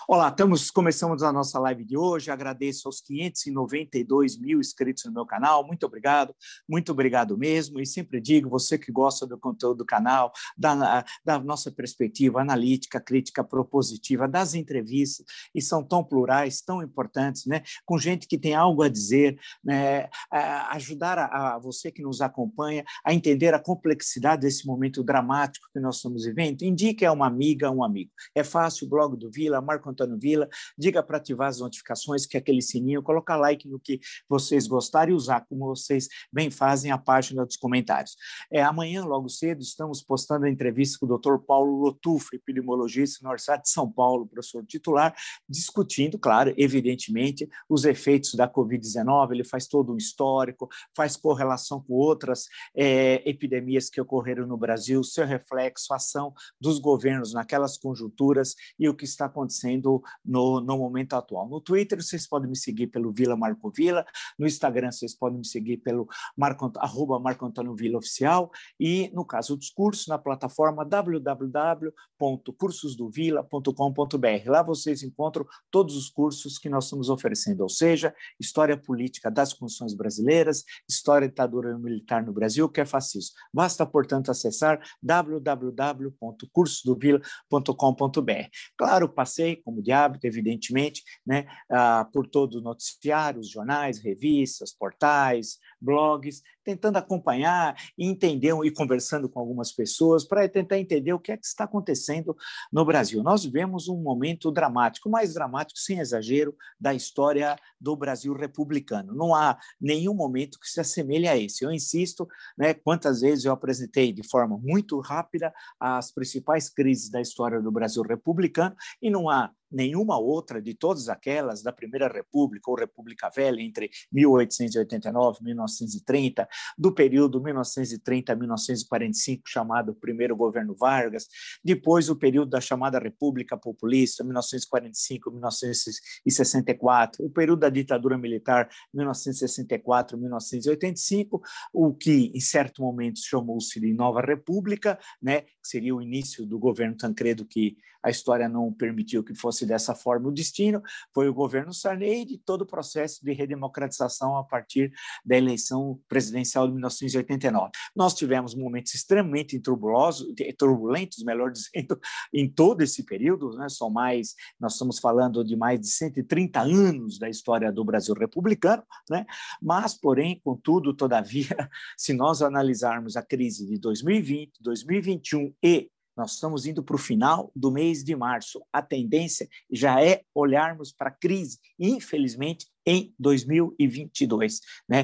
Olá, começamos a nossa live de hoje. Agradeço aos 592 mil inscritos no meu canal. Muito obrigado mesmo. E sempre digo, você que gosta do conteúdo do canal, da nossa perspectiva analítica, crítica, propositiva, das entrevistas, e são tão plurais, tão importantes, né? Com gente que tem algo a dizer, né? Ajudar a você que nos acompanha a entender a complexidade desse momento dramático que nós estamos vivendo. Indique a uma amiga, um amigo. É fácil, o blog do Vila, Marco Antônio Vila, diga para ativar as notificações, que é aquele sininho, colocar like no que vocês gostarem e usar, como vocês bem fazem, a página dos comentários. Amanhã, logo cedo, estamos postando a entrevista com o Dr. Paulo Lotufo, epidemiologista na Universidade de São Paulo, professor titular, discutindo, claro, evidentemente, os efeitos da Covid-19. Ele faz todo um histórico, faz correlação com outras epidemias que ocorreram no Brasil, seu reflexo, a ação dos governos naquelas conjunturas e o que está acontecendo no momento atual. No Twitter, vocês podem me seguir pelo Vila Marco Vila, no Instagram, vocês podem me seguir pelo @Marco Antônio Vila Oficial, e, no caso dos cursos, na plataforma www.cursosdovila.com.br. Lá vocês encontram todos os cursos que nós estamos oferecendo, ou seja, História Política das Constituições Brasileiras, História da Ditadura Militar no Brasil, que é fascismo. Basta, portanto, acessar www.cursosdovila.com.br. Claro, passei, como de hábito, evidentemente, né, por todos os noticiários, jornais, revistas, portais, blogs, tentando acompanhar e entender e conversando com algumas pessoas para tentar entender o que é que está acontecendo no Brasil. Nós vivemos um momento dramático, mais dramático, sem exagero, da história do Brasil republicano. Não há nenhum momento que se assemelhe a esse. Eu insisto, né, quantas vezes eu apresentei de forma muito rápida as principais crises da história do Brasil republicano, e não há nenhuma outra de todas aquelas da Primeira República ou República Velha, entre 1889 e 1930, do período 1930 a 1945, chamado primeiro governo Vargas, depois o período da chamada República Populista, 1945 a 1964, o período da ditadura militar, 1964 a 1985, o que, em certo momento, chamou-se de Nova República, né, que seria o início do governo Tancredo, que a história não permitiu que fosse dessa forma o destino, foi o governo Sarney e todo o processo de redemocratização a partir da eleição presidencial de 1989. Nós tivemos momentos extremamente turbulentos, melhor dizendo, em todo esse período, né? Nós estamos falando de mais de 130 anos da história do Brasil republicano, né? Mas, porém, contudo, todavia, se nós analisarmos a crise de 2020, 2021 e nós estamos indo para o final do mês de março. A tendência já é olharmos para a crise, infelizmente, em 2022. Né?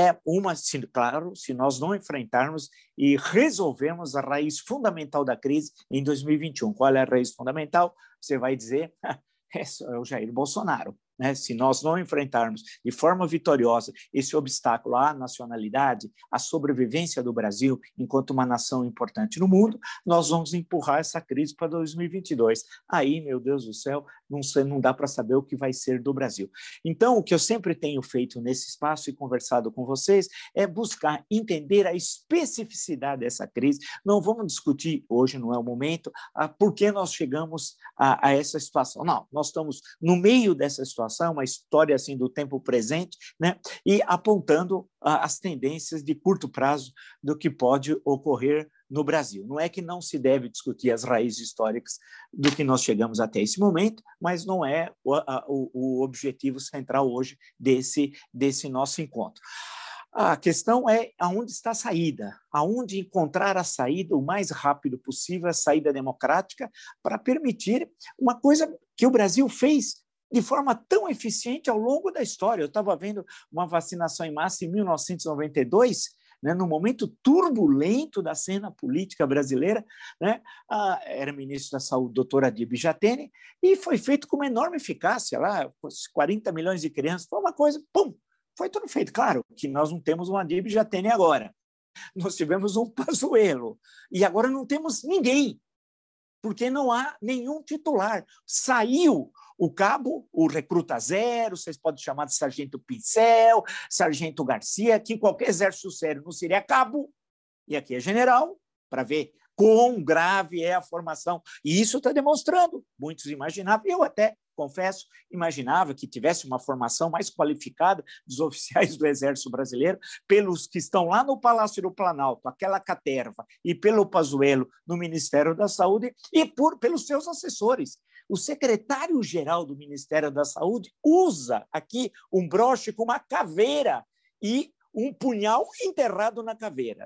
Claro, se nós não enfrentarmos e resolvermos a raiz fundamental da crise em 2021. Qual é a raiz fundamental? Você vai dizer, é o Jair Bolsonaro. Né? Se nós não enfrentarmos de forma vitoriosa esse obstáculo à nacionalidade, à sobrevivência do Brasil enquanto uma nação importante no mundo, nós vamos empurrar essa crise para 2022. Aí, meu Deus do céu, não dá para saber o que vai ser do Brasil. Então, o que eu sempre tenho feito nesse espaço e conversado com vocês é buscar entender a especificidade dessa crise. Não vamos discutir, hoje não é o momento, por que nós chegamos a essa situação. Não, nós estamos no meio dessa situação, uma história assim do tempo presente, né? E apontando as tendências de curto prazo do que pode ocorrer no Brasil. Não é que não se deve discutir as raízes históricas do que nós chegamos até esse momento, mas não é o objetivo central hoje desse nosso encontro. A questão é aonde está a saída, aonde encontrar a saída o mais rápido possível, a saída democrática, para permitir uma coisa que o Brasil fez de forma tão eficiente ao longo da história. Eu estava vendo uma vacinação em massa em 1992, né, no momento turbulento da cena política brasileira, né, era ministro da Saúde, doutora Adib Jatene, e foi feito com uma enorme eficácia, lá, 40 milhões de crianças, foi uma coisa, pum, foi tudo feito. Claro que nós não temos um Adib Jatene agora, nós tivemos um Pazuello, e agora não temos ninguém, porque não há nenhum titular. Saiu o cabo, o recruta zero, vocês podem chamar de sargento Pincel, sargento Garcia, que em qualquer exército sério não seria cabo, e aqui é general, para ver quão grave é a formação. E isso está demonstrando. Muitos imaginavam, eu até, confesso, imaginava que tivesse uma formação mais qualificada dos oficiais do Exército Brasileiro, pelos que estão lá no Palácio do Planalto, aquela caterva, e pelo Pazuello no Ministério da Saúde, e pelos seus assessores. O secretário-geral do Ministério da Saúde usa aqui um broche com uma caveira e um punhal enterrado na caveira.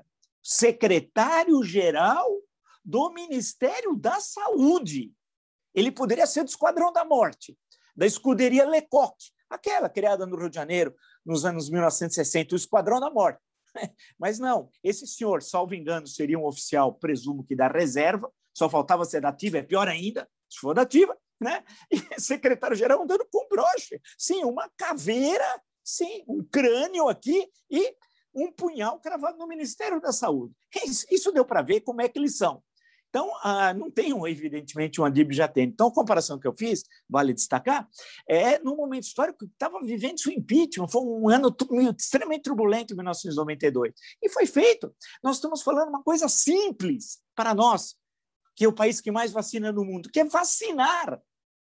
Secretário-geral do Ministério da Saúde. Ele poderia ser do Esquadrão da Morte, da escuderia Lecoq, aquela criada no Rio de Janeiro nos anos 1960, o Esquadrão da Morte. Mas não, esse senhor, salvo engano, seria um oficial, presumo que da reserva, só faltava ser da ativa, é pior ainda, se for da ativa, né? E secretário-geral andando com broche. Sim, uma caveira, sim, um crânio aqui e um punhal cravado no Ministério da Saúde. Isso deu para ver como é que eles são. Então, não tem, evidentemente, um Adib Jatene. Então, a comparação que eu fiz, vale destacar, é num momento histórico que estava vivendo seu impeachment. Foi um ano extremamente turbulento, em 1992. E foi feito. Nós estamos falando uma coisa simples para nós, que é o país que mais vacina no mundo, que é vacinar.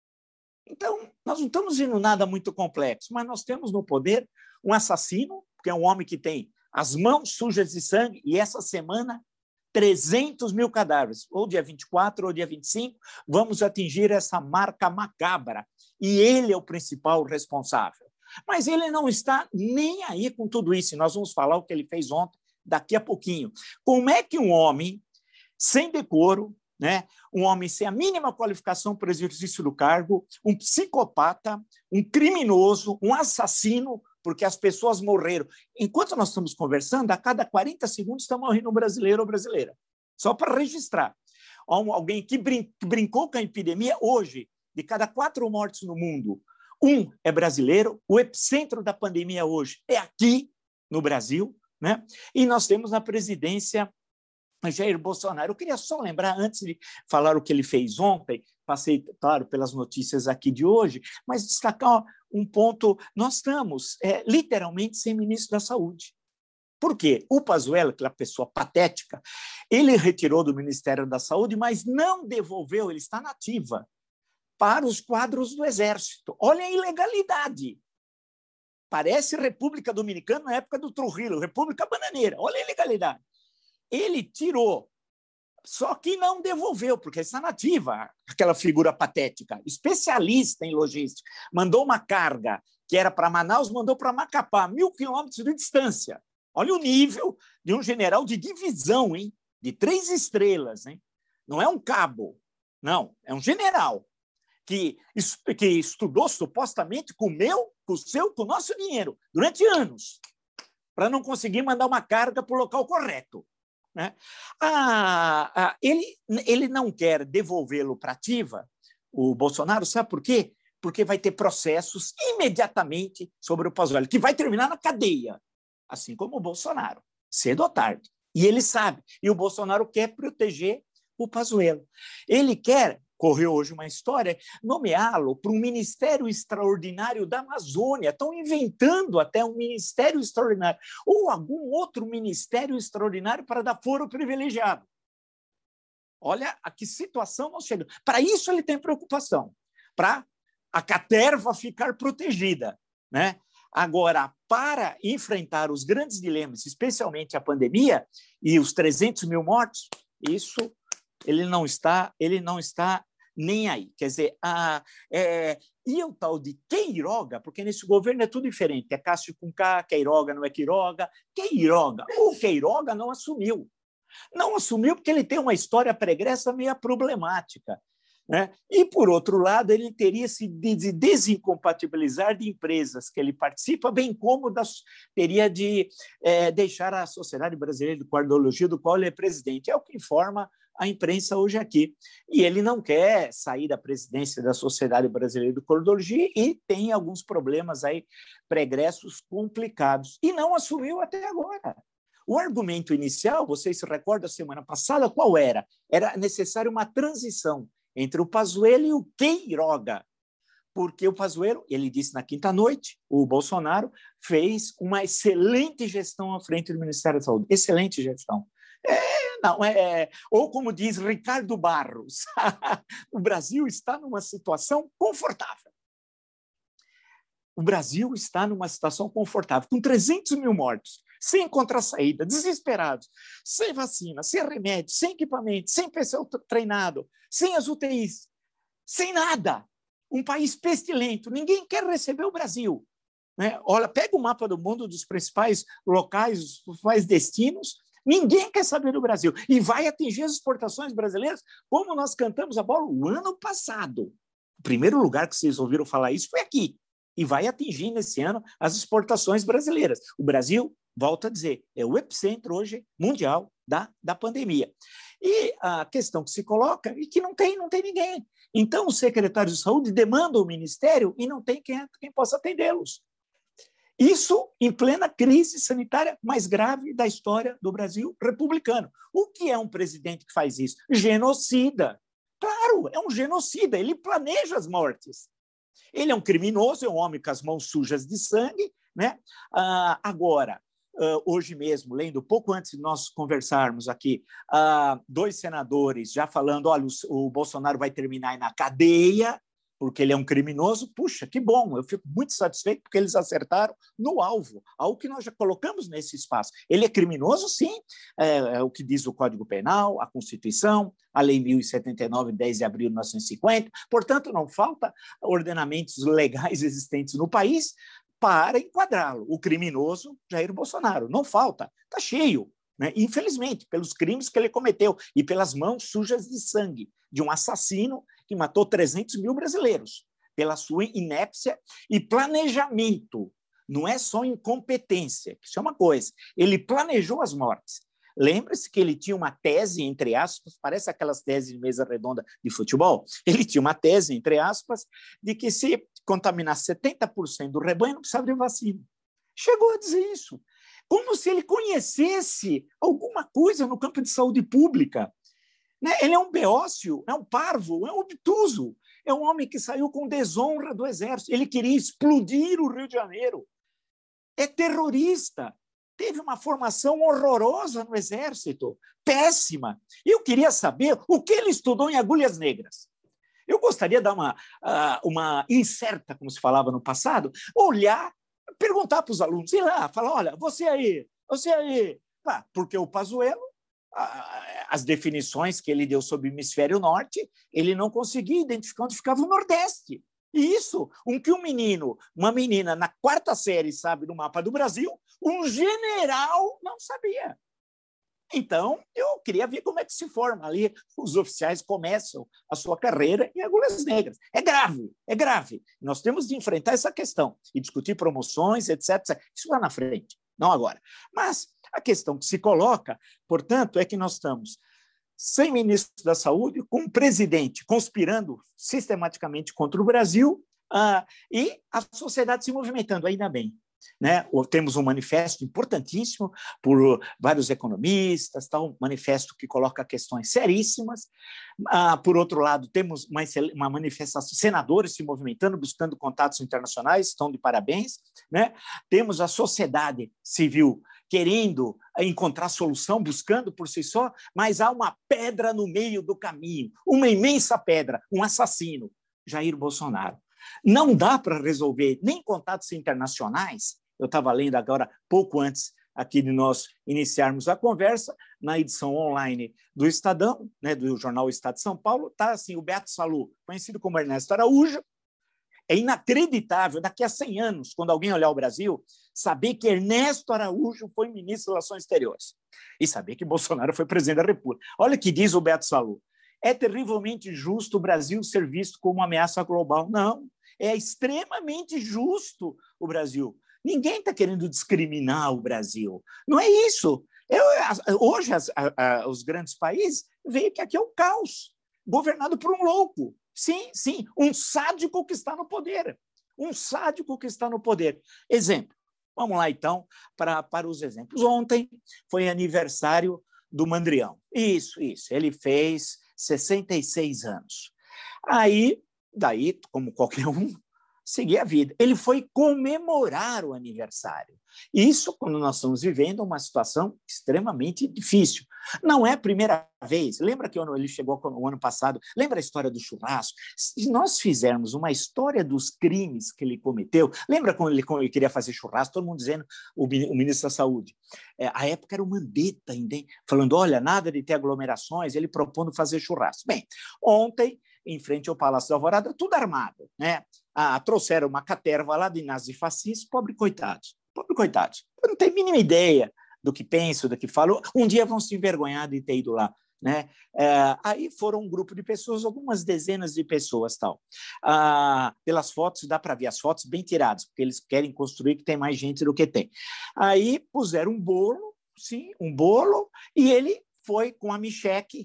Então, nós não estamos vendo nada muito complexo, mas nós temos no poder um assassino, que é um homem que tem as mãos sujas de sangue, e essa semana 300 mil cadáveres, ou dia 24 ou dia 25, vamos atingir essa marca macabra. E ele é o principal responsável. Mas ele não está nem aí com tudo isso. E nós vamos falar o que ele fez ontem, daqui a pouquinho. Como é que um homem sem decoro, né, um homem sem a mínima qualificação para o exercício do cargo, um psicopata, um criminoso, um assassino, porque as pessoas morreram. Enquanto nós estamos conversando, a cada 40 segundos está morrendo um brasileiro ou brasileira. Só para registrar. Alguém que brincou com a epidemia, hoje, de cada 4 mortes no mundo, 1 é brasileiro. O epicentro da pandemia hoje é aqui, no Brasil, né? E nós temos na presidência Jair Bolsonaro. Eu queria só lembrar, antes de falar o que ele fez ontem, passei, claro, pelas notícias aqui de hoje, mas destacar um ponto. Nós estamos literalmente sem ministro da Saúde. Por quê? O Pazuello, aquela pessoa patética, ele retirou do Ministério da Saúde, mas não devolveu, ele está na ativa, para os quadros do Exército. Olha a ilegalidade. Parece República Dominicana na época do Trujillo, República Bananeira. Olha a ilegalidade. Ele tirou, só que não devolveu, porque está nativa, aquela figura patética, especialista em logística, mandou uma carga que era para Manaus, mandou para Macapá, 1.000 quilômetros de distância. Olha o nível de um general de divisão, hein? De 3 estrelas. Hein? Não é um cabo, não, é um general que estudou supostamente com o nosso dinheiro, durante anos, para não conseguir mandar uma carga para o local correto. Né? Ele não quer devolvê-lo para a ativa, o Bolsonaro, sabe por quê? Porque vai ter processos imediatamente sobre o Pazuello, que vai terminar na cadeia, assim como o Bolsonaro, cedo ou tarde. E ele sabe. E o Bolsonaro quer proteger o Pazuello. Ele quer, correu hoje uma história, nomeá-lo para um ministério extraordinário da Amazônia. Estão inventando até um ministério extraordinário ou algum outro ministério extraordinário para dar foro privilegiado. Olha a que situação nós chegamos. Para isso ele tem preocupação, para a caterva ficar protegida, né? Agora, para enfrentar os grandes dilemas, especialmente a pandemia e os 300 mil mortos, isso ele não está nem aí. Quer dizer, e o tal de Queiroga, porque nesse governo é tudo diferente, é Cássio com K, Queiroga não é Quiroga, Queiroga, o Queiroga não assumiu. Não assumiu porque ele tem uma história pregressa meio problemática. Né? E, por outro lado, ele teria se de desincompatibilizar de empresas que ele participa, bem como teria de deixar a Sociedade Brasileira de Cardiologia, do qual ele é presidente. É o que informa a imprensa hoje aqui. E ele não quer sair da presidência da Sociedade Brasileira de Cardiologia e tem alguns problemas aí pregressos complicados. E não assumiu até agora. O argumento inicial, vocês se recordam, semana passada, qual era? Era necessário uma transição entre o Pazuello e o Queiroga, porque o Pazuello, ele disse na quinta-noite, o Bolsonaro fez uma excelente gestão à frente do Ministério da Saúde, excelente gestão. Não, ou como diz Ricardo Barros, o Brasil está numa situação confortável. O Brasil está numa situação confortável, com 300 mil mortos, sem encontrar saída, desesperados, sem vacina, sem remédio, sem equipamento, sem pessoal treinado, sem as UTIs, sem nada. Um país pestilento, ninguém quer receber o Brasil. Né? Olha, pega o mapa do mundo dos principais locais, dos principais destinos, ninguém quer saber do Brasil. E vai atingir as exportações brasileiras, como nós cantamos a bola o ano passado. O primeiro lugar que vocês ouviram falar isso foi aqui. E vai atingir nesse ano as exportações brasileiras. O Brasil, volto a dizer, é o epicentro hoje mundial da pandemia. E a questão que se coloca é que não tem ninguém. Então, os secretários de saúde demandam o ministério e não tem quem possa atendê-los. Isso em plena crise sanitária mais grave da história do Brasil republicano. O que é um presidente que faz isso? Genocida. Claro, é um genocida, ele planeja as mortes. Ele é um criminoso, é um homem com as mãos sujas de sangue, né? Agora, hoje mesmo, lendo pouco antes de nós conversarmos aqui, 2 senadores já falando, olha, o Bolsonaro vai terminar na cadeia, porque ele é um criminoso. Puxa, que bom, eu fico muito satisfeito porque eles acertaram no alvo, algo que nós já colocamos nesse espaço. Ele é criminoso, sim, é o que diz o Código Penal, a Constituição, a Lei 1079, 10 de abril de 1950, portanto, não falta ordenamentos legais existentes no país para enquadrá-lo. O criminoso Jair Bolsonaro, não falta, está cheio, né? Infelizmente, pelos crimes que ele cometeu e pelas mãos sujas de sangue de um assassino que matou 300 mil brasileiros, pela sua inépcia e planejamento. Não é só incompetência, que isso é uma coisa. Ele planejou as mortes. Lembre-se que ele tinha uma tese, entre aspas, parece aquelas teses de mesa redonda de futebol, ele tinha uma tese, entre aspas, de que se contaminasse 70% do rebanho, não precisava de vacina. Chegou a dizer isso. Como se ele conhecesse alguma coisa no campo de saúde pública. Ele é um beócio, é um parvo, é um obtuso, é um homem que saiu com desonra do exército. Ele queria explodir o Rio de Janeiro. É terrorista. Teve uma formação horrorosa no exército, péssima. Eu queria saber o que ele estudou em Agulhas Negras. Eu gostaria de dar uma incerta, como se falava no passado, olhar, perguntar para os alunos, ir lá, falar, olha, você aí. Porque o Pazuello, as definições que ele deu sobre o hemisfério norte, ele não conseguia identificar onde ficava o Nordeste. E isso, uma menina na 4ª série sabe do mapa do Brasil, um general não sabia. Então, eu queria ver como é que se forma ali, os oficiais começam a sua carreira em Agulhas Negras. É grave. Nós temos de enfrentar essa questão e discutir promoções, etc. Isso lá na frente, não agora. Mas a questão que se coloca, portanto, é que nós estamos sem ministro da Saúde, com um presidente conspirando sistematicamente contra o Brasil e a sociedade se movimentando, ainda bem. Né? Temos um manifesto importantíssimo por vários economistas, um manifesto que coloca questões seríssimas. Por outro lado, temos uma manifestação, senadores se movimentando, buscando contatos internacionais, estão de parabéns. Né? Temos a sociedade civil querendo encontrar solução, buscando por si só, mas há uma pedra no meio do caminho, uma imensa pedra, um assassino, Jair Bolsonaro. Não dá para resolver nem contatos internacionais. Eu estava lendo agora, pouco antes aqui de nós iniciarmos a conversa, na edição online do Estadão, né, do jornal Estado de São Paulo, está assim, o Beto Salu, conhecido como Ernesto Araújo. É inacreditável, daqui a 100 anos, quando alguém olhar o Brasil, saber que Ernesto Araújo foi ministro das Relações Exteriores e saber que Bolsonaro foi presidente da República. Olha o que diz o Beto Salu. É terrivelmente injusto o Brasil ser visto como uma ameaça global. Não, é extremamente justo o Brasil. Ninguém está querendo discriminar o Brasil. Não é isso. Hoje, os grandes países veem que aqui é um caos, governado por um louco. Sim, um sádico que está no poder. Exemplo. Vamos lá, então, para os exemplos. Ontem foi aniversário do Mandrião. Isso. Ele fez 66 anos. Daí, como qualquer um, seguir a vida. Ele foi comemorar o aniversário. Isso quando nós estamos vivendo uma situação extremamente difícil. Não é a primeira vez. Lembra que ele chegou o ano passado? Lembra a história do churrasco? Se nós fizermos uma história dos crimes que ele cometeu, lembra quando ele queria fazer churrasco, todo mundo dizendo, o ministro da Saúde, a época era o Mandetta ainda, hein? Falando, olha, nada de ter aglomerações, ele propondo fazer churrasco. Bem, ontem, em frente ao Palácio da Alvorada, tudo armado, né? Trouxeram uma caterva lá de nazifascistas, pobre coitados, eu não tenho a mínima ideia do que penso, do que falo, um dia vão se envergonhar de ter ido lá, né? Aí foram um grupo de pessoas, algumas dezenas de pessoas, tal. Pelas fotos, dá para ver as fotos bem tiradas, porque eles querem construir que tem mais gente do que tem. Aí puseram um bolo, sim, um bolo, e ele foi com a Michelle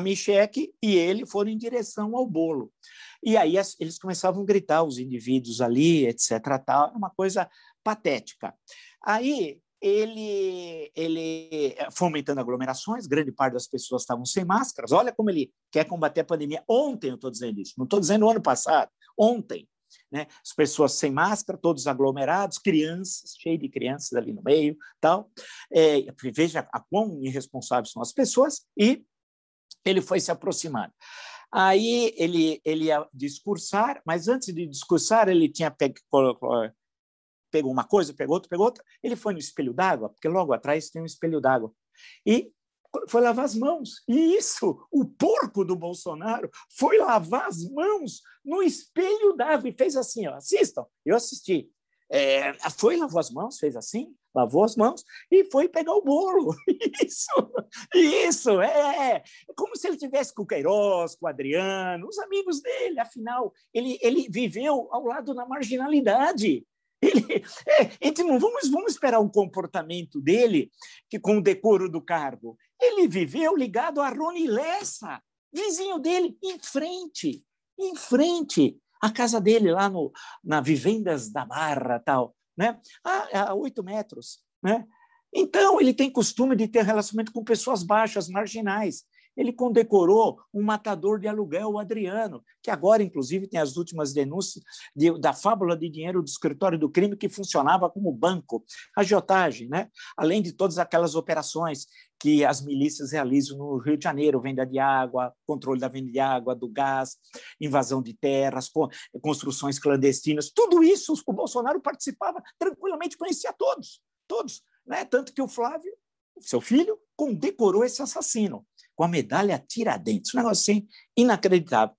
e ele foram em direção ao bolo. E aí eles começavam a gritar, os indivíduos ali, etc. Tal, uma coisa patética. Aí ele fomentando aglomerações, grande parte das pessoas estavam sem máscaras. Olha como ele quer combater a pandemia. Ontem eu estou dizendo isso, não estou dizendo o ano passado, ontem. Né? As pessoas sem máscara, todos aglomerados, crianças, cheio de crianças ali no meio, tal. Veja a quão irresponsáveis são as pessoas, e ele foi se aproximando. Aí ele ia discursar, mas antes de discursar, ele tinha pegou uma coisa, pegou outra, ele foi no espelho d'água, porque logo atrás tem um espelho d'água, e foi lavar as mãos. E isso, o porco do Bolsonaro foi lavar as mãos no espelho d'água e fez assim, ó, assistam, eu assisti. Foi, lavou as mãos, fez assim, lavou as mãos e foi pegar o bolo. Isso, é como se ele tivesse com o Queiroz, com o Adriano, os amigos dele, afinal, ele viveu ao lado da marginalidade. Não vamos esperar um comportamento dele que com o decoro do cargo. Ele viveu ligado a Rony Lessa, vizinho dele, em frente à casa dele, lá na Vivendas da Barra, tal, né? A 8 metros. Né? Então, ele tem costume de ter relacionamento com pessoas baixas, marginais. Ele condecorou um matador de aluguel, o Adriano, que agora, inclusive, tem as últimas denúncias da fábula de dinheiro do escritório do crime, que funcionava como banco, agiotagem, né? Além de todas aquelas operações que as milícias realizam no Rio de Janeiro, venda de água, controle da venda de água, do gás, invasão de terras, construções clandestinas, tudo isso o Bolsonaro participava tranquilamente, conhecia todos, né? Tanto que o Flávio, seu filho, condecorou esse assassino com a medalha Tiradentes, um negócio assim inacreditável.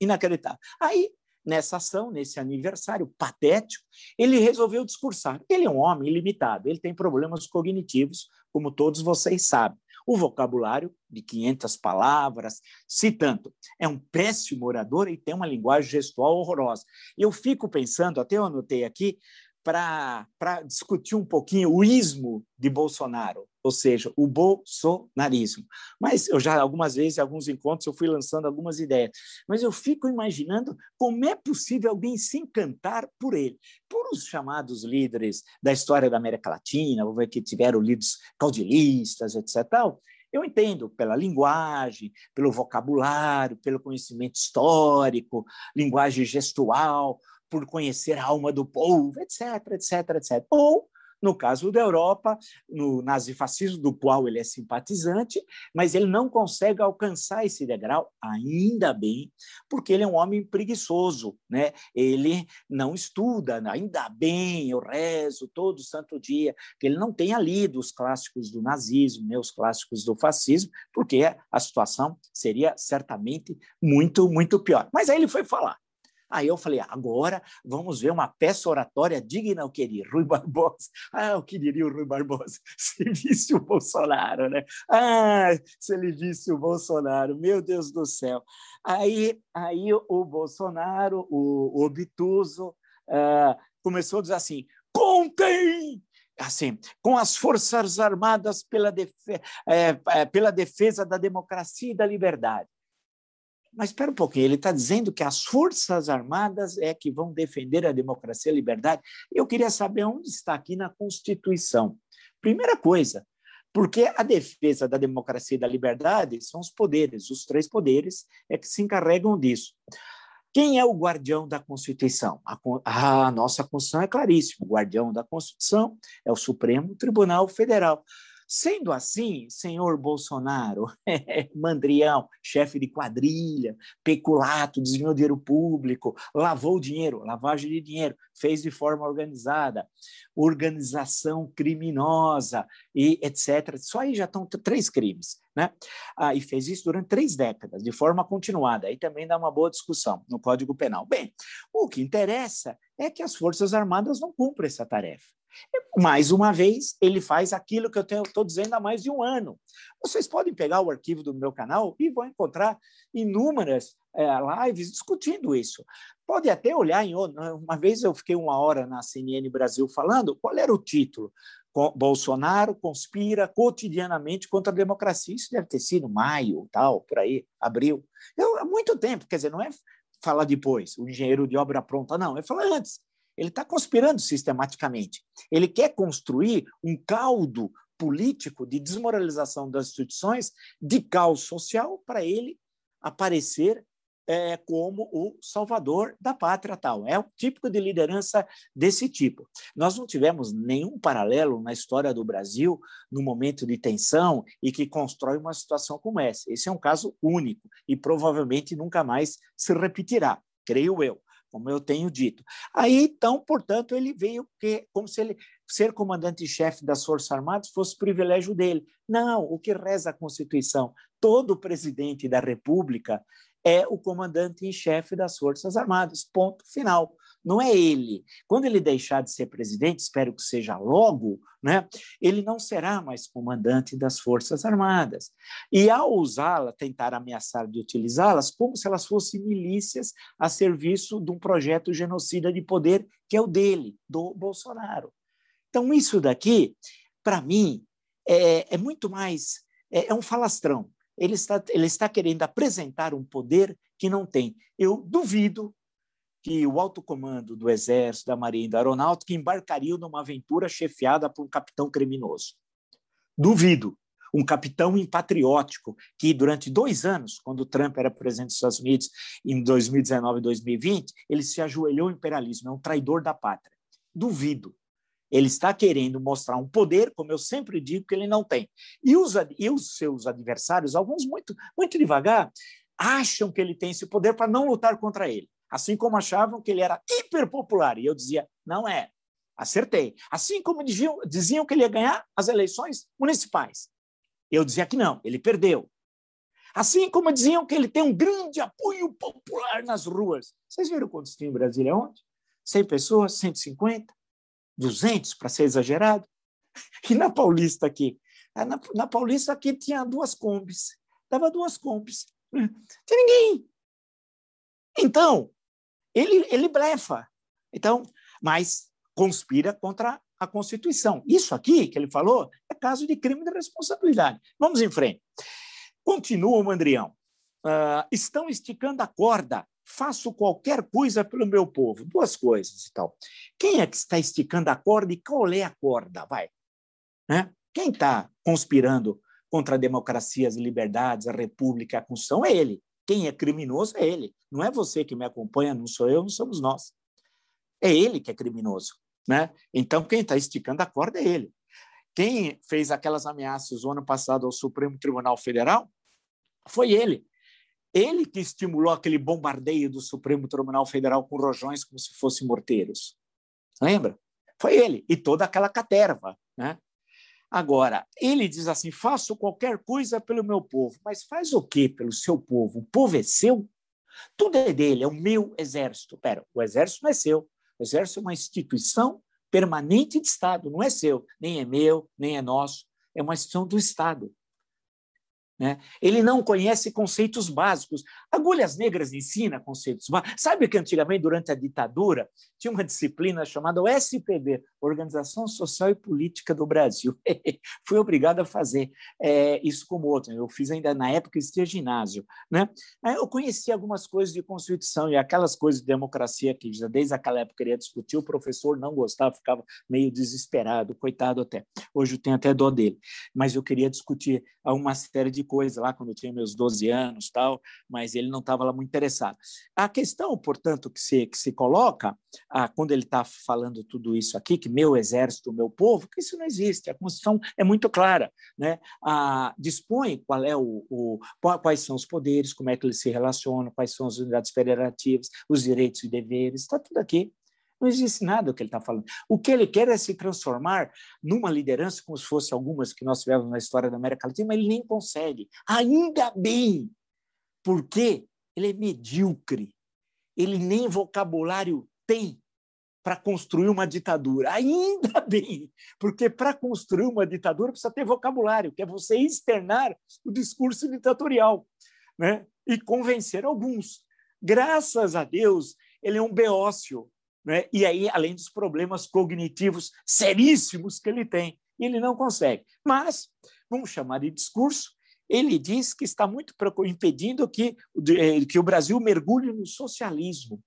Aí, nessa ação, nesse aniversário patético, ele resolveu discursar. Ele é um homem ilimitado, ele tem problemas cognitivos, como todos vocês sabem. O vocabulário de 500 palavras, se tanto. É um péssimo orador e tem uma linguagem gestual horrorosa. Eu fico pensando, até eu anotei aqui, para discutir um pouquinho o ismo de Bolsonaro, ou seja, o bolsonarismo. Mas eu já, algumas vezes, em alguns encontros, eu fui lançando algumas ideias. Mas eu fico imaginando como é possível alguém se encantar por ele, por os chamados líderes da história da América Latina, que tiveram líderes caudilistas, etc. Eu entendo pela linguagem, pelo vocabulário, pelo conhecimento histórico, linguagem gestual, por conhecer a alma do povo, etc. Ou, no caso da Europa, no nazifascismo, do qual ele é simpatizante, mas ele não consegue alcançar esse degrau, ainda bem, porque ele é um homem preguiçoso, né? Ele não estuda, ainda bem, eu rezo todo santo dia, que ele não tenha lido os clássicos do nazismo, né, os clássicos do fascismo, porque a situação seria certamente muito, muito pior. Mas aí ele foi falar. Aí eu falei, agora vamos ver uma peça oratória digna, o que diria Rui Barbosa. O que diria o Rui Barbosa se visse o Bolsonaro, né? Se ele visse o Bolsonaro, meu Deus do céu. Aí o Bolsonaro, o obtuso, começou a dizer assim, contem! Assim, com as Forças Armadas pela defesa da democracia e da liberdade. Mas espera um pouquinho, ele está dizendo que as Forças Armadas é que vão defender a democracia e a liberdade. Eu queria saber onde está aqui na Constituição. Primeira coisa, porque a defesa da democracia e da liberdade são os poderes, os 3 poderes é que se encarregam disso. Quem é o guardião da Constituição? A nossa Constituição é claríssima. O guardião da Constituição é o Supremo Tribunal Federal. Sendo assim, senhor Bolsonaro, mandrião, chefe de quadrilha, peculato, desviou dinheiro público, lavou dinheiro, lavagem de dinheiro, fez de forma organizada, organização criminosa, e etc. Só aí já estão 3 crimes, né? E fez isso durante 3 décadas, de forma continuada. Aí também dá uma boa discussão no Código Penal. Bem, o que interessa é que as Forças Armadas não cumprem essa tarefa. Mais uma vez, ele faz aquilo que eu estou dizendo há mais de um ano. Vocês podem pegar o arquivo do meu canal e vão encontrar inúmeras lives discutindo isso. Pode até olhar, uma vez eu fiquei 1 hora na CNN Brasil falando, qual era o título? Bolsonaro conspira cotidianamente contra a democracia. Isso deve ter sido maio, tal, por aí, abril. Há muito tempo, quer dizer, não é falar depois, o engenheiro de obra pronta, não, é falar antes. Ele está conspirando sistematicamente. Ele quer construir um caldo político de desmoralização das instituições, de caos social, para ele aparecer como o salvador da pátria tal. É o típico de liderança desse tipo. Nós não tivemos nenhum paralelo na história do Brasil no momento de tensão e que constrói uma situação como essa. Esse é um caso único e provavelmente nunca mais se repetirá, creio eu, como eu tenho dito. Aí, então, portanto, ele veio como se ele ser comandante-chefe das Forças Armadas fosse privilégio dele. Não, o que reza a Constituição, todo presidente da República é o comandante-em-chefe das Forças Armadas, ponto final. Não é ele. Quando ele deixar de ser presidente, espero que seja logo, né, ele não será mais comandante das Forças Armadas. E ao usá-la, tentar ameaçar de utilizá-las como se elas fossem milícias a serviço de um projeto genocida de poder que é o dele, do Bolsonaro. Então, isso daqui, para mim, é muito mais... É um falastrão. Ele está querendo apresentar um poder que não tem. Eu duvido que o alto comando do Exército, da Marinha e da Aeronáutica embarcaria numa aventura chefiada por um capitão criminoso. Duvido. Um capitão impatriótico que, durante 2 anos, quando o Trump era presidente dos Estados Unidos, em 2019 e 2020, ele se ajoelhou ao imperialismo, é um traidor da pátria. Duvido. Ele está querendo mostrar um poder, como eu sempre digo, que ele não tem. E os seus adversários, alguns muito devagar, acham que ele tem esse poder para não lutar contra ele. Assim como achavam que ele era hiperpopular. E eu dizia, não é. Acertei. Assim como diziam que ele ia ganhar as eleições municipais. Eu dizia que não, ele perdeu. Assim como diziam que ele tem um grande apoio popular nas ruas. Vocês viram quantos tinham em Brasília ontem? 100 pessoas, 150? 200, para ser exagerado. E na Paulista aqui? Na Paulista aqui tinha 2 combis. Dava 2 combis. Não tinha ninguém. Então, ele blefa. Então, mas conspira contra a Constituição. Isso aqui que ele falou é caso de crime de responsabilidade. Vamos em frente. Continua o Mandrião. Estão esticando a corda. Faço qualquer coisa pelo meu povo. 2 coisas e tal. Quem é que está esticando a corda e qual é a corda? Vai. Né? Quem está conspirando contra a democracia, as liberdades, a república, a Constituição? É ele. Quem é criminoso é ele. Não é você que me acompanha, não sou eu, não somos nós. É ele que é criminoso. Né? Então, quem está esticando a corda é ele. Quem fez aquelas ameaças o ano passado ao Supremo Tribunal Federal foi ele. Ele que estimulou aquele bombardeio do Supremo Tribunal Federal com rojões como se fossem morteiros. Lembra? Foi ele. E toda aquela caterva. Né? Agora, ele diz assim, faço qualquer coisa pelo meu povo. Mas faz o quê pelo seu povo? O povo é seu? Tudo é dele, é o meu exército. Espera, o exército não é seu. O exército é uma instituição permanente de Estado. Não é seu, nem é meu, nem é nosso. É uma instituição do Estado. Né? Ele não conhece conceitos básicos. Agulhas Negras ensina conceitos básicos. Sabe que antigamente, durante a ditadura, tinha uma disciplina chamada OSPB, Organização Social e Política do Brasil. Fui obrigado a fazer isso como outro. Eu fiz ainda na época, existia ginásio. Né? Eu conhecia algumas coisas de Constituição e aquelas coisas de democracia que já desde aquela época queria discutir, o professor não gostava, ficava meio desesperado, coitado até. Hoje eu tenho até dó dele. Mas eu queria discutir uma série de coisa lá quando eu tinha meus 12 anos, tal, mas ele não estava lá muito interessado. A questão, portanto, que se coloca, quando ele está falando tudo isso aqui, que meu exército, meu povo, que isso não existe. A Constituição é muito clara, né? Dispõe quais são os poderes, como é que eles se relacionam, quais são as unidades federativas, os direitos e deveres, está tudo aqui. Não existe nada do que ele está falando. O que ele quer é se transformar numa liderança, como se fosse algumas que nós tivemos na história da América Latina, mas ele nem consegue. Ainda bem, porque ele é medíocre. Ele nem vocabulário tem para construir uma ditadura. Ainda bem, porque para construir uma ditadura precisa ter vocabulário, que é você externar o discurso ditatorial, né? E convencer alguns. Graças a Deus, ele é um beócio, né? E aí, além dos problemas cognitivos seríssimos que ele tem, ele não consegue. Mas, vamos chamar de discurso, ele diz que está muito impedindo que o Brasil mergulhe no socialismo.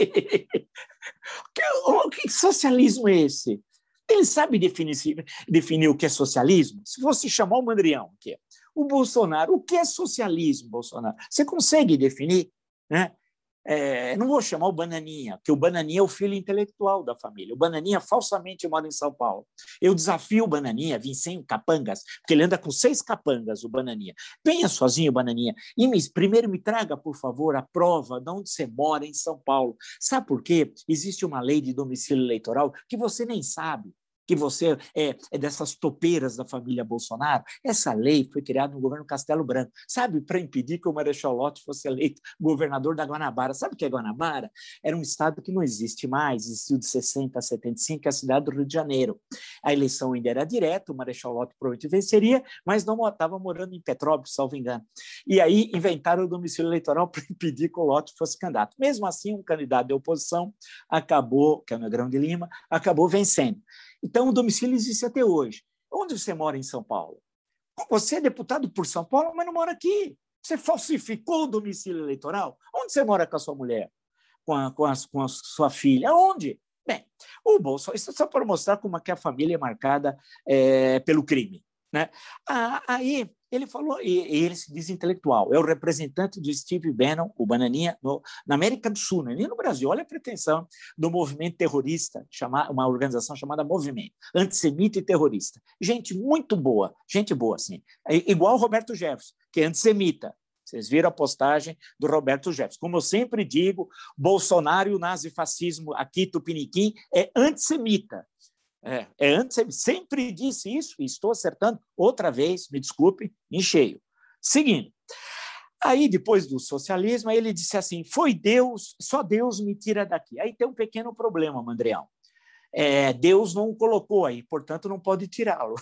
Que socialismo é esse? Ele sabe definir o que é socialismo? Se fosse chamar o Mandrião, que é o Bolsonaro, o que é socialismo, Bolsonaro? Você consegue definir? Né? Não vou chamar o Bananinha, porque o Bananinha é o filho intelectual da família. O Bananinha falsamente mora em São Paulo. Eu desafio o Bananinha, vim sem capangas, porque ele anda com 6 capangas, o Bananinha. Venha sozinho, Bananinha, e primeiro me traga, por favor, a prova de onde você mora em São Paulo. Sabe por quê? Existe uma lei de domicílio eleitoral que você nem sabe, que você é dessas topeiras da família Bolsonaro. Essa lei foi criada no governo Castelo Branco, sabe, para impedir que o Marechal Lott fosse eleito governador da Guanabara. Sabe o que é Guanabara? Era um estado que não existe mais, existiu de 60 a 75, que é a cidade do Rio de Janeiro. A eleição ainda era direta, o Marechal Lott provavelmente venceria, mas não estava morando em Petrópolis, salvo engano. E aí inventaram o domicílio eleitoral para impedir que o Lott fosse candidato. Mesmo assim, um candidato de oposição acabou, que é o Negrão de Lima, acabou vencendo. Então, o domicílio existe até hoje. Onde você mora em São Paulo? Você é deputado por São Paulo, mas não mora aqui. Você falsificou o domicílio eleitoral? Onde você mora com a sua mulher? Com a sua filha? Onde? Bem, o Bolsonaro, isso é só para mostrar como é que a família é marcada pelo crime. Né? Aí ele falou, e ele se diz intelectual, é o representante do Steve Bannon, o Bananinha, na América do Sul, nem no Brasil. Olha a pretensão do movimento terrorista, uma organização chamada Movimento, antissemita e terrorista. Gente muito boa, gente boa, assim. Igual o Roberto Jefferson, que é antissemita. Vocês viram a postagem do Roberto Jefferson. Como eu sempre digo, Bolsonaro e o nazifascismo aqui, Tupiniquim, é antissemita. Antes, sempre disse isso, e estou acertando outra vez, me desculpe, em cheio. Seguindo. Aí, depois do socialismo, aí ele disse assim, foi Deus, só Deus me tira daqui. Aí tem um pequeno problema, Mandrião. Deus não o colocou aí, portanto, não pode tirá-lo.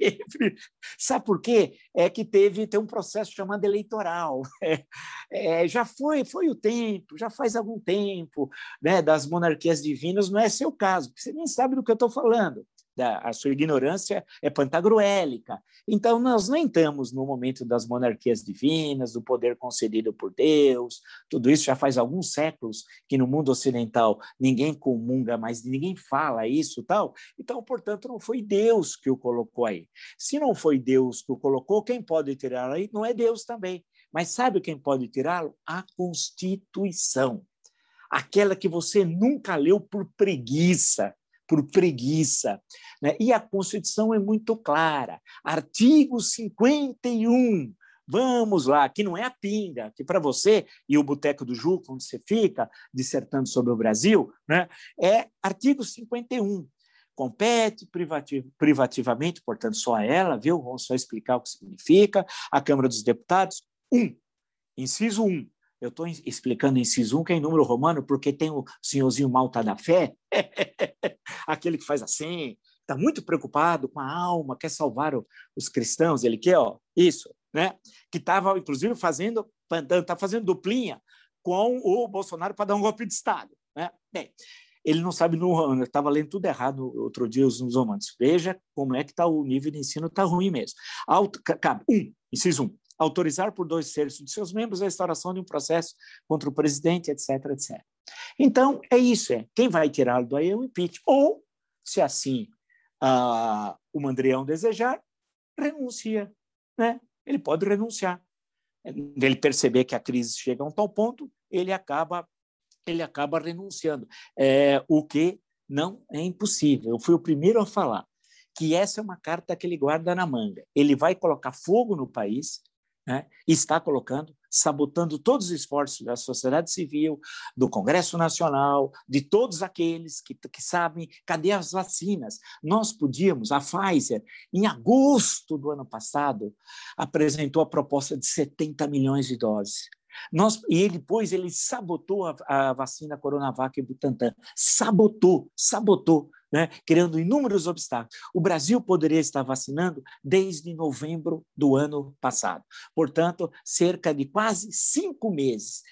Sabe por quê? É que tem um processo chamado eleitoral. Já foi o tempo, já faz algum tempo, né, das monarquias divinas, não é seu caso, porque você nem sabe do que eu estou falando. A sua ignorância é pantagruélica. Então, nós nem estamos no momento das monarquias divinas, do poder concedido por Deus, tudo isso já faz alguns séculos que no mundo ocidental ninguém comunga, mas ninguém fala isso tal. Então, portanto, não foi Deus que o colocou aí. Se não foi Deus que o colocou, quem pode tirá-lo aí? Não é Deus também. Mas sabe quem pode tirá-lo? A Constituição. Aquela que você nunca leu por preguiça, né? E a Constituição é muito clara. Artigo 51. Vamos lá, que não é a pinga, que para você e o Boteco do Juca, onde você fica dissertando sobre o Brasil, né? É artigo 51. Compete privativamente, portanto, só a ela, viu? Vamos só explicar o que significa. A Câmara dos Deputados, inciso 1. Eu estou explicando inciso 1, que é em número romano, porque tem o senhorzinho Malta da Fé, aquele que faz assim, está muito preocupado com a alma, quer salvar os cristãos, ele quer, isso, né? Que estava, inclusive, está fazendo duplinha com o Bolsonaro para dar um golpe de Estado. Né? Bem, ele não sabe, eu estava lendo tudo errado outro dia os romanos. Veja como é que está o nível de ensino, está ruim mesmo. Inciso 1. Autorizar por 2/3 de seus membros a instauração de um processo contra o presidente, etc, etc. Então, é isso. Quem vai tirá-lo daí é o impeachment. Ou, se assim o Mandrião desejar, renuncia. Né? ele pode renunciar. Ele perceber que a crise chega a um tal ponto, ele acaba renunciando, o que não é impossível. Eu fui o primeiro a falar que essa é uma carta que ele guarda na manga. Ele vai colocar fogo no país, né? Está colocando, sabotando todos os esforços da sociedade civil, do Congresso Nacional, de todos aqueles que sabem cadê as vacinas. Nós podíamos, a Pfizer, em agosto do ano passado, apresentou a proposta de 70 milhões de doses. E depois ele sabotou a vacina Coronavac e Butantan. Sabotou, né? Criando inúmeros obstáculos. O Brasil poderia estar vacinando desde novembro do ano passado. Portanto, cerca de quase 5 meses.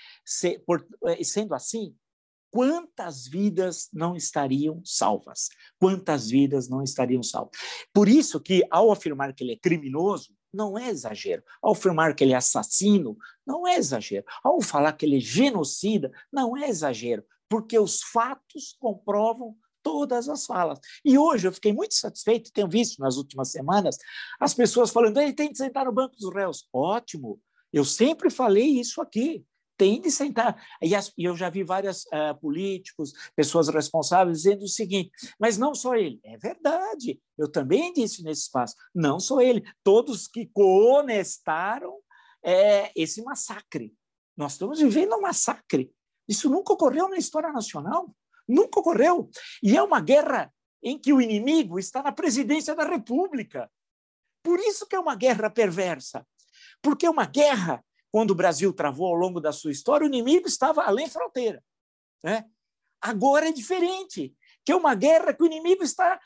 Sendo assim, quantas vidas não estariam salvas? Quantas vidas não estariam salvas? Por isso que, ao afirmar que ele é criminoso, não é exagero. Ao afirmar que ele é assassino, não é exagero. Ao falar que ele é genocida, não é exagero, porque os fatos comprovam todas as falas. E hoje eu fiquei muito satisfeito, tenho visto nas últimas semanas as pessoas falando, ele tem de sentar no banco dos réus. Ótimo, eu sempre falei isso aqui. Tem de sentar. E eu já vi vários políticos, pessoas responsáveis, dizendo o seguinte, mas não só ele. É verdade, eu também disse nesse espaço, não só ele, todos que coonestaram esse massacre. Nós estamos vivendo um massacre. Isso nunca ocorreu na história nacional, nunca ocorreu. E é uma guerra em que o inimigo está na presidência da República. Por isso que é uma guerra perversa, porque é uma guerra. Quando o Brasil travou ao longo da sua história, o inimigo estava além fronteira, né? Agora é diferente, que é uma guerra que o inimigo está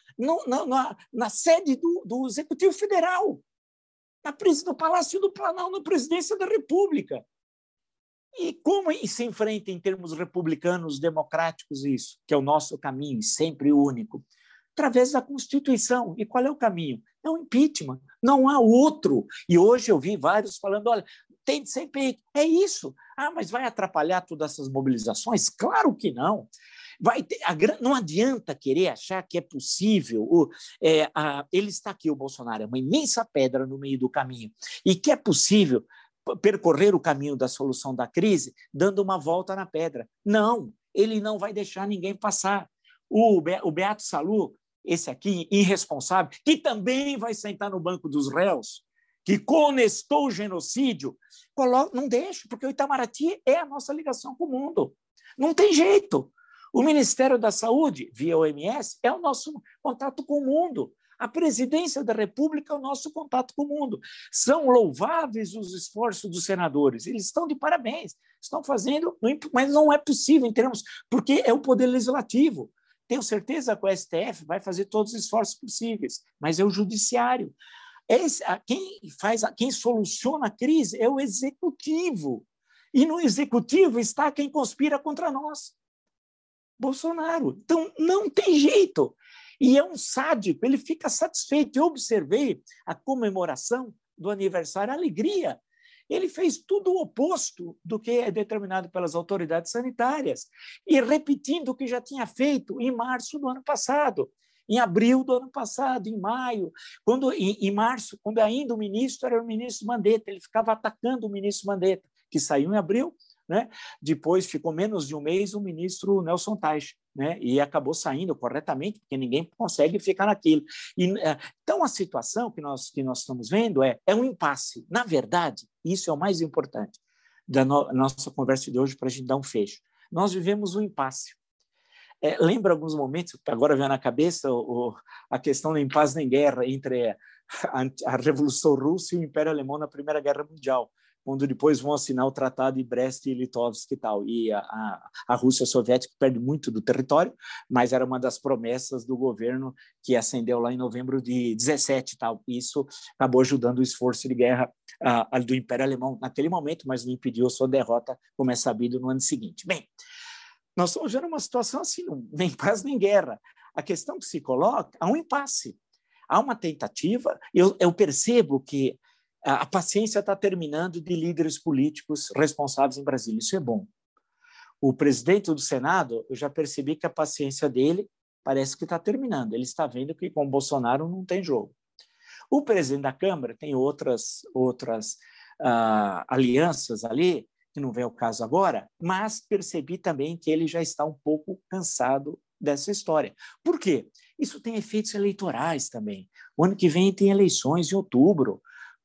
na sede do Executivo Federal, no Palácio do Planalto, na presidência da República. E como se enfrenta em termos republicanos, democráticos, isso, que é o nosso caminho, sempre único? Através da Constituição. E qual é o caminho? É o impeachment, não há outro. E hoje eu vi vários falando, olha, tem de ser impeachment. É isso. Mas vai atrapalhar todas essas mobilizações? Claro que não. Não adianta querer achar que é possível. Ele está aqui, o Bolsonaro, é uma imensa pedra no meio do caminho, e que é possível percorrer o caminho da solução da crise dando uma volta na pedra. Não, ele não vai deixar ninguém passar. O Beato Salu, esse aqui, irresponsável, que também vai sentar no banco dos réus, que conestou o genocídio, não deixa, porque o Itamaraty é a nossa ligação com o mundo. Não tem jeito. O Ministério da Saúde, via OMS, é o nosso contato com o mundo. A presidência da República é o nosso contato com o mundo. São louváveis os esforços dos senadores, eles estão de parabéns, estão fazendo, mas não é possível em termos, porque é o poder legislativo. Tenho certeza que o STF vai fazer todos os esforços possíveis, mas é o judiciário. Quem soluciona a crise é o executivo. E no executivo está quem conspira contra nós. Bolsonaro. Então, não tem jeito. E é um sádico, ele fica satisfeito. Eu observei a comemoração do aniversário, a alegria. Ele fez tudo o oposto do que é determinado pelas autoridades sanitárias, e repetindo o que já tinha feito em março do ano passado, em abril do ano passado, em maio, em março, quando ainda o ministro era o ministro Mandetta, ele ficava atacando o ministro Mandetta, que saiu em abril, né? Depois ficou menos de um mês o ministro Nelson Teich, né? E acabou saindo corretamente, porque ninguém consegue ficar naquilo. Então, a situação que nós estamos vendo é um impasse. Na verdade, isso é o mais importante da nossa conversa de hoje, para a gente dar um fecho. Nós vivemos um impasse. Lembra alguns momentos, agora vem na cabeça a questão nem paz nem guerra entre a Revolução Russa e o Império Alemão na Primeira Guerra Mundial, quando depois vão assinar o Tratado de Brest e Litovsk e tal. E a Rússia soviética perde muito do território, mas era uma das promessas do governo que ascendeu lá em novembro de 17 e tal. E isso acabou ajudando o esforço de guerra do Império Alemão naquele momento, mas não impediu a sua derrota, como é sabido, no ano seguinte. Bem, nós estamos vendo uma situação assim, nem paz nem guerra. A questão que se coloca, há um impasse, há uma tentativa. Eu percebo que a paciência está terminando de líderes políticos responsáveis em Brasília. Isso é bom. O presidente do Senado, eu já percebi que a paciência dele parece que está terminando. Ele está vendo que com o Bolsonaro não tem jogo. O presidente da Câmara tem outras alianças ali, que não vem ao caso agora, mas percebi também que ele já está um pouco cansado dessa história. Por quê? Isso tem efeitos eleitorais também. O ano que vem tem eleições em outubro.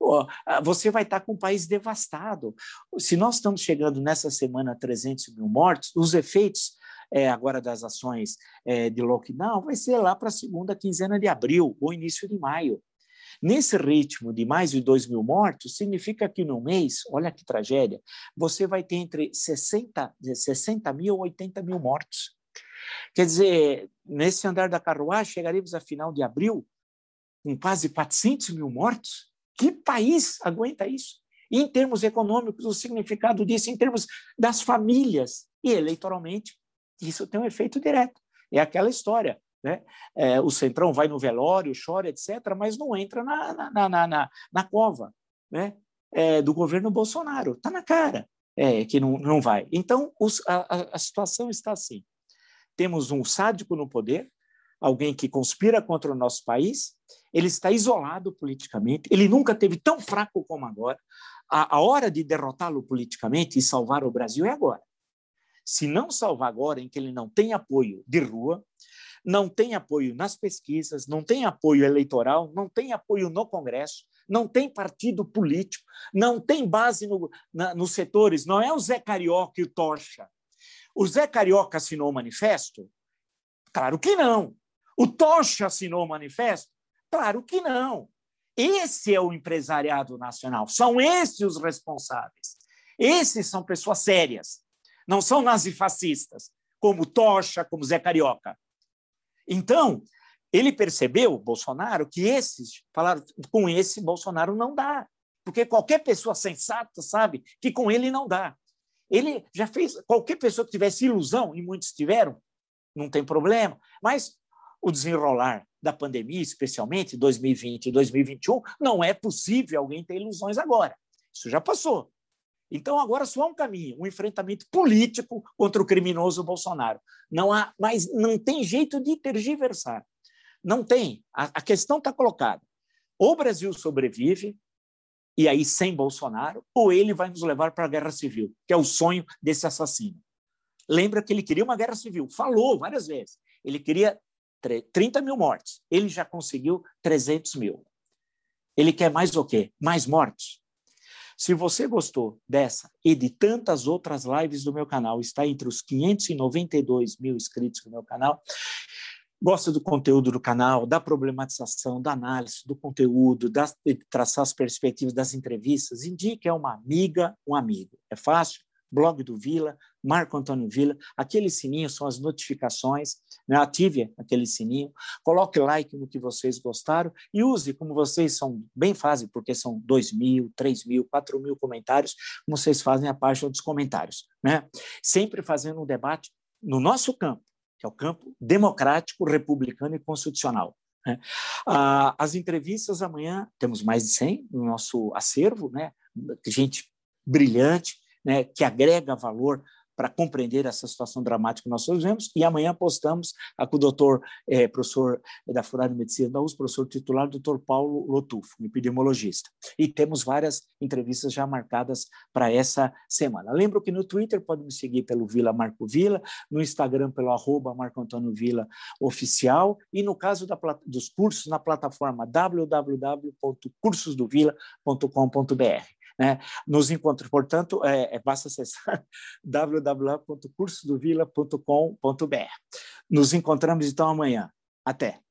Você vai estar com o país devastado. Se nós estamos chegando nessa semana a 300 mil mortos, os efeitos agora das ações de lockdown vai ser lá para a segunda quinzena de abril ou início de maio. Nesse ritmo de mais de 2 mil mortos, significa que no mês, olha que tragédia, você vai ter entre 60 mil ou 80 mil mortos. Quer dizer, nesse andar da carruagem, chegaremos a final de abril com quase 400 mil mortos? Que país aguenta isso? E em termos econômicos, o significado disso, em termos das famílias e eleitoralmente, isso tem um efeito direto. É aquela história. Né? O Centrão vai no velório, chora, etc., mas não entra na cova, né? Do governo Bolsonaro. Está na cara que não vai. Então, a situação está assim. Temos um sádico no poder, alguém que conspira contra o nosso país, ele está isolado politicamente, ele nunca teve tão fraco como agora. A hora de derrotá-lo politicamente e salvar o Brasil é agora. Se não salvar agora, em que ele não tem apoio de rua, não tem apoio nas pesquisas, não tem apoio eleitoral, não tem apoio no Congresso, não tem partido político, não tem base nos setores, não é o Zé Carioca e o Tocha. O Zé Carioca assinou o manifesto? Claro que não. O Tocha assinou o manifesto? Claro que não. Esse é o empresariado nacional, são esses os responsáveis. Esses são pessoas sérias, não são nazifascistas, como Tocha, como Zé Carioca. Então, ele percebeu, Bolsonaro, que esses falaram, com esse Bolsonaro não dá, porque qualquer pessoa sensata sabe que com ele não dá. Ele já fez, qualquer pessoa que tivesse ilusão, e muitos tiveram, não tem problema, mas o desenrolar da pandemia, especialmente 2020 e 2021, não é possível alguém ter ilusões agora. Isso já passou. Então, agora só há um caminho, um enfrentamento político contra o criminoso Bolsonaro. Mas não tem jeito de tergiversar. Não tem. A questão está colocada. Ou o Brasil sobrevive, e aí sem Bolsonaro, ou ele vai nos levar para a guerra civil, que é o sonho desse assassino. Lembra que ele queria uma guerra civil, falou várias vezes. Ele queria 30 mil mortes. Ele já conseguiu 300 mil. Ele quer mais o quê? Mais mortos. Se você gostou dessa e de tantas outras lives do meu canal, está entre os 592 mil inscritos do meu canal, gosta do conteúdo do canal, da problematização, da análise do conteúdo, de traçar as perspectivas das entrevistas, indique a uma amiga, um amigo. É fácil? Blog do Vila, Marco Antônio Vila, aquele sininho são as notificações, né? Ative aquele sininho, coloque like no que vocês gostaram e use, como vocês são bem fazem, porque são 2.000, 3.000, 4.000 comentários, como vocês fazem a página dos comentários, né? Sempre fazendo um debate no nosso campo, que é o campo democrático, republicano e constitucional. Né? As entrevistas amanhã, temos mais de 100 no nosso acervo, né? Gente brilhante, né, que agrega valor para compreender essa situação dramática que nós vivemos, e amanhã postamos com o doutor, professor da Faculdade de Medicina da USP, professor titular, doutor Paulo Lotufo, epidemiologista. E temos várias entrevistas já marcadas para essa semana. Lembro que no Twitter pode me seguir pelo Vila Marco Vila, no Instagram pelo @Marco Antônio Vila Oficial, e no caso dos cursos, na plataforma www.cursosdovila.com.br. Né? Nos encontros, portanto, basta acessar www.cursosdovila.com.br. Nos encontramos, então, amanhã. Até!